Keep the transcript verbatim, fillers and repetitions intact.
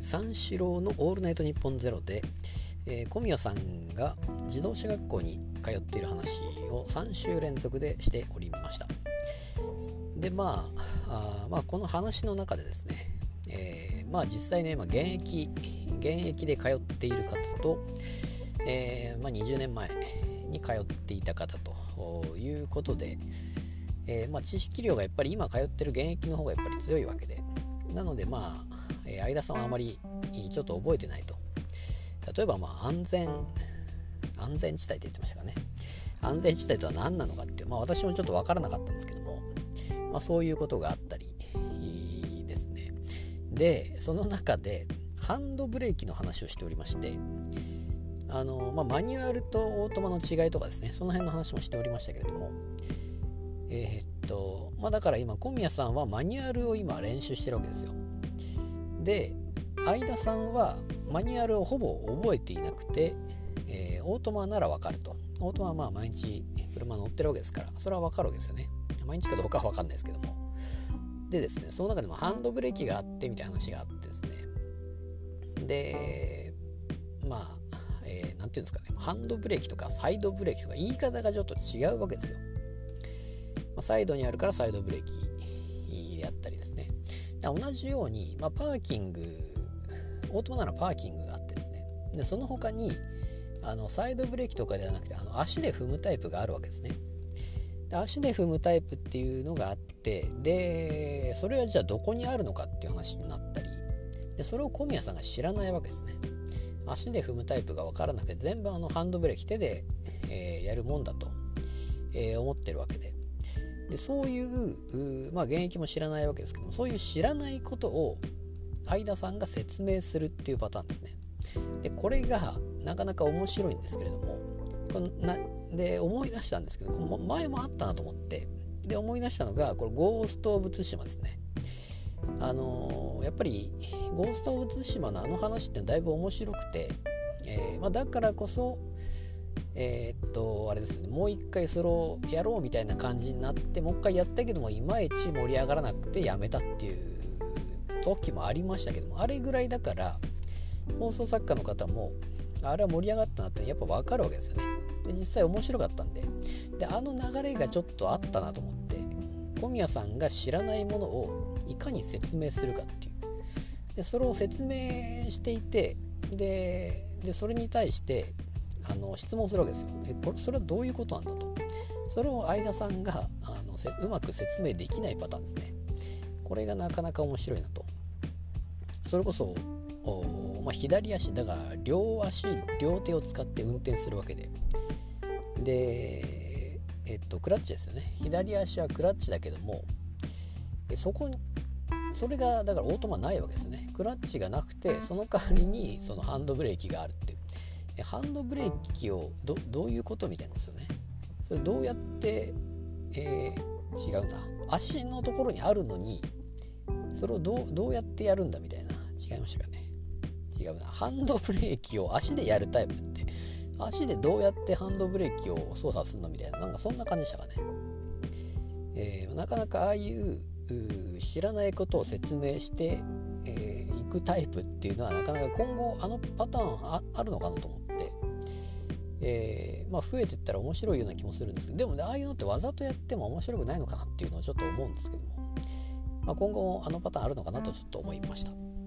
三四郎のオールナイトニッポンゼロで、えー、小宮さんが自動車学校に通っている話をさん週連続でしておりました。でまあ、あまあこの話の中でですね、えー、まあ実際ね、まあ、現役現役で通っている方と、えーまあ、にじゅうねんまえに通っていた方ということで、えーまあ、知識量がやっぱり今通ってる現役の方がやっぱり強いわけで、なのでまあ、えー、相田さんはあまりちょっと覚えてないと。例えばまあ安全安全地帯って言ってましたかね。安全地帯とは何なのかっていう、まあ私もちょっと分からなかったんですけども、まあ、そういうことがあったりですね。でその中でハンドブレーキの話をしておりまして、あの、まあ、マニュアルとオートマの違いとかですね、その辺の話もしておりましたけれども、えー、っとまあだから今小宮さんはマニュアルを今練習してるわけですよ。で相田さんはマニュアルをほぼ覚えていなくて、えー、オートマならわかると。オートマはまあ毎日車乗ってるわけですから、それはわかるわけですよね。毎日かどうかはわかんないですけども。でですね、その中でもハンドブレーキがあってみたいな話があってですね、でまあ、えー、なんていうんですかね、ハンドブレーキとかサイドブレーキとか言い方がちょっと違うわけですよ。まあ、サイドにあるからサイドブレーキであったりですね。同じように、まあ、パーキングオートマならパーキングがあってですね、でその他にあのサイドブレーキとかではなくて、あの足で踏むタイプがあるわけですね。で足で踏むタイプっていうのがあって、でそれはじゃあどこにあるのかっていう話になったり、でそれを小宮さんが知らないわけですね。足で踏むタイプが分からなくて、全部あのハンドブレーキ手で、えー、やるもんだと、えー、思ってるわけで、でそういう、まあ現役も知らないわけですけども、そういう知らないことを相田さんが説明するっていうパターンですね。でこれがなかなか面白いんですけれども、このなで思い出したんですけど、前もあったなと思って、で思い出したのがこれゴースト・オブ・ツシマですね。あのー、やっぱりゴースト・オブ・ツシマのあの話ってだいぶ面白くて、えーまあ、だからこそえー、っとあれですね、もう一回それをやろうみたいな感じになって、もう一回やったけどもいまいち盛り上がらなくてやめたっていう時もありましたけども、あれぐらいだから放送作家の方もあれは盛り上がったなってやっぱ分かるわけですよね。で実際面白かったんで、であの流れがちょっとあったなと思って、小宮さんが知らないものをいかに説明するかっていう、でそれを説明していて、ででそれに対してあの質問するわけですよ。えこれそれはどういうことなんだと。それを相田さんがあのせうまく説明できないパターンですね。これがなかなか面白いなと。それこそまあ、左足だから両足両手を使って運転するわけで、でえっとクラッチですよね。左足はクラッチだけども、そこにそれがだからオートマないわけですよね。クラッチがなくて、その代わりにそのハンドブレーキがあるっていう、ハンドブレーキを ど, どういうことみたいなんですよね。それどうやって、えー、違うんだ、足のところにあるのにそれをど う, どうやってやるんだみたいな。違いましたかね。違うな、ハンドブレーキを足でやるタイプって、足でどうやってハンドブレーキを操作するのみたいな、なんかそんな感じでしたかね。えー、なかなかああいう知らないことを説明してい、えー、くタイプっていうのはなかなか今後あのパターン あ, あるのかなと思って、えーまあ、増えていったら面白いような気もするんですけど、でもね、ああいうのってわざとやっても面白くないのかなっていうのをちょっと思うんですけども、まあ、今後あのパターンあるのかなとちょっと思いました。